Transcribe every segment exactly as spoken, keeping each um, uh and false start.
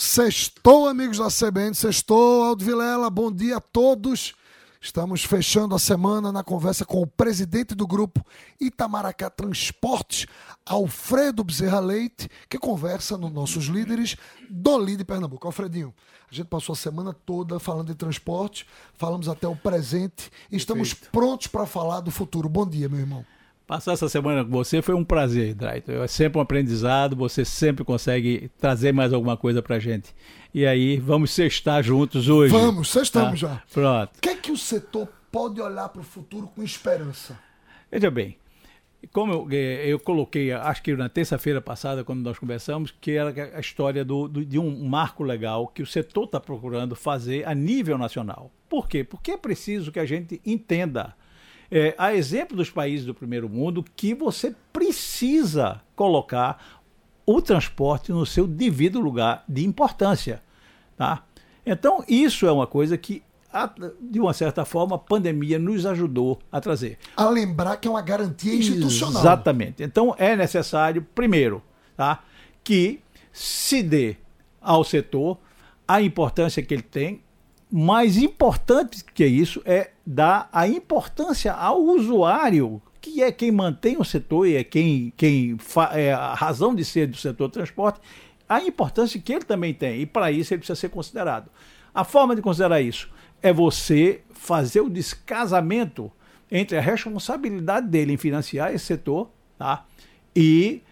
Sextou, amigos da C B N, sextou, Aldo Vilela, bom dia a todos. Estamos fechando a semana na conversa com o presidente do grupo Itamaracá Transportes, Alfredo Bezerra Leite, que conversa nos nossos líderes do Lide Pernambuco. Alfredinho, a gente passou a semana toda falando de transporte, falamos até o presente e estamos Perfeito. prontos para falar do futuro. Bom dia, meu irmão. Passar essa semana com você foi um prazer, Drayton. É sempre um aprendizado, você sempre consegue trazer mais alguma coisa pra gente. E aí, vamos sextar juntos hoje. Vamos, sextamos tá? já. Pronto. O que é que o setor pode olhar para o futuro com esperança? Veja bem, como eu, eu coloquei, acho que na terça-feira passada, quando nós conversamos, que era a história do, do, de um marco legal que o setor está procurando fazer a nível nacional. Por quê? Porque é preciso que a gente entenda, É, a exemplo dos países do primeiro mundo, que você precisa colocar o transporte no seu devido lugar de importância. Tá? Então, isso é uma coisa que, de uma certa forma, a pandemia nos ajudou a trazer. A lembrar que é uma garantia institucional. Exatamente. Então, é necessário, primeiro, tá, que se dê ao setor a importância que ele tem. Mais importante que isso é dar a importância ao usuário, que é quem mantém o setor e é quem, quem fa, é a razão de ser do setor de transporte, a importância que ele também tem. E para isso ele precisa ser considerado. A forma de considerar isso é você fazer o descasamento entre a responsabilidade dele em financiar esse setor, tá, e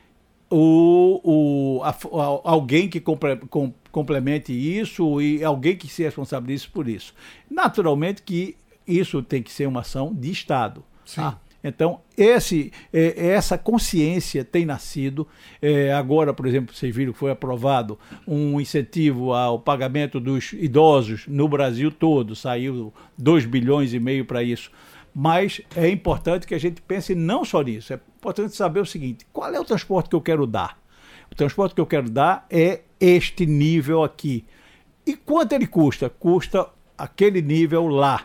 o, o, a, a, alguém que compre, com, complemente isso e alguém que se responsabilize por isso. Naturalmente que isso tem que ser uma ação de Estado. Tá? Então, esse, é, essa consciência tem nascido. É, agora, por exemplo, vocês viram que foi aprovado um incentivo ao pagamento dos idosos no Brasil todo. Saiu dois bilhões e meio para isso. Mas é importante que a gente pense não só nisso. É importante saber o seguinte: qual é o transporte que eu quero dar? O transporte que eu quero dar é este nível aqui. E quanto ele custa? Custa aquele nível lá.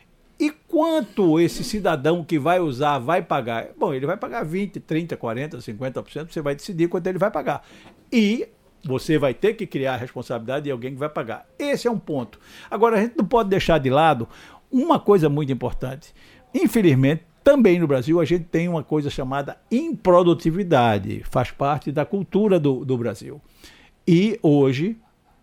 E quanto esse cidadão que vai usar vai pagar? Bom, ele vai pagar vinte, trinta, quarenta, cinquenta por cento, você vai decidir quanto ele vai pagar. E você vai ter que criar a responsabilidade de alguém que vai pagar. Esse é um ponto. Agora, a gente não pode deixar de lado uma coisa muito importante. Infelizmente, também no Brasil, a gente tem uma coisa chamada improdutividade. Faz parte da cultura do, do Brasil. E hoje,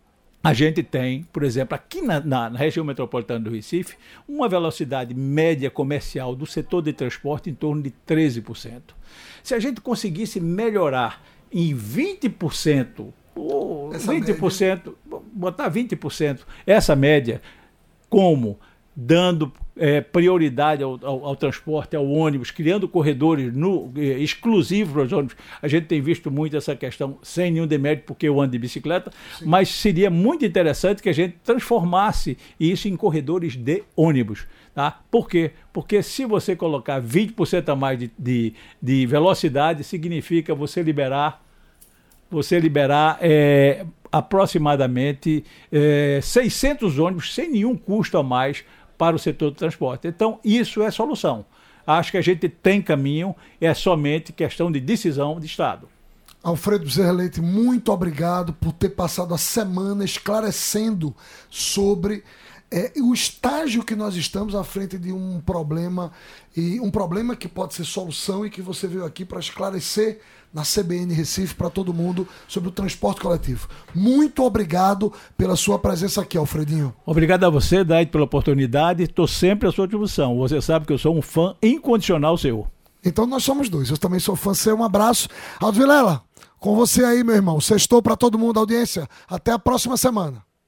a gente tem, por exemplo, aqui na, na, na região metropolitana do Recife, uma velocidade média comercial do setor de transporte em torno de treze por cento. Se a gente conseguisse melhorar em vinte por cento, ou vinte por cento, média, botar vinte por cento essa média, como dando é, prioridade ao, ao, ao transporte, ao ônibus, criando corredores no, é, exclusivos para os ônibus. A gente tem visto muito essa questão, sem nenhum demérito, porque eu ando de bicicleta, Sim. mas seria muito interessante que a gente transformasse isso em corredores de ônibus. Tá? Por quê? Porque se você colocar vinte por cento a mais de, de, de velocidade, significa você liberar, você liberar é, aproximadamente é, seiscentos ônibus sem nenhum custo a mais para o setor do transporte. Então, isso é solução. Acho que a gente tem caminho, é somente questão de decisão de Estado. Alfredo Bezerra Leite, muito obrigado por ter passado a semana esclarecendo sobre é, o estágio que nós estamos à frente de um problema, e um problema que pode ser solução e que você veio aqui para esclarecer na C B N Recife para todo mundo sobre o transporte coletivo. Muito obrigado pela sua presença aqui, Alfredinho. Obrigado a você, Daid, pela oportunidade. Estou sempre à sua disposição. Você sabe que eu sou um fã incondicional seu. Então nós somos dois. Eu também sou fã seu. Um abraço. Aldo Vilela, com você aí, meu irmão. Sextou para todo mundo, audiência. Até a próxima semana.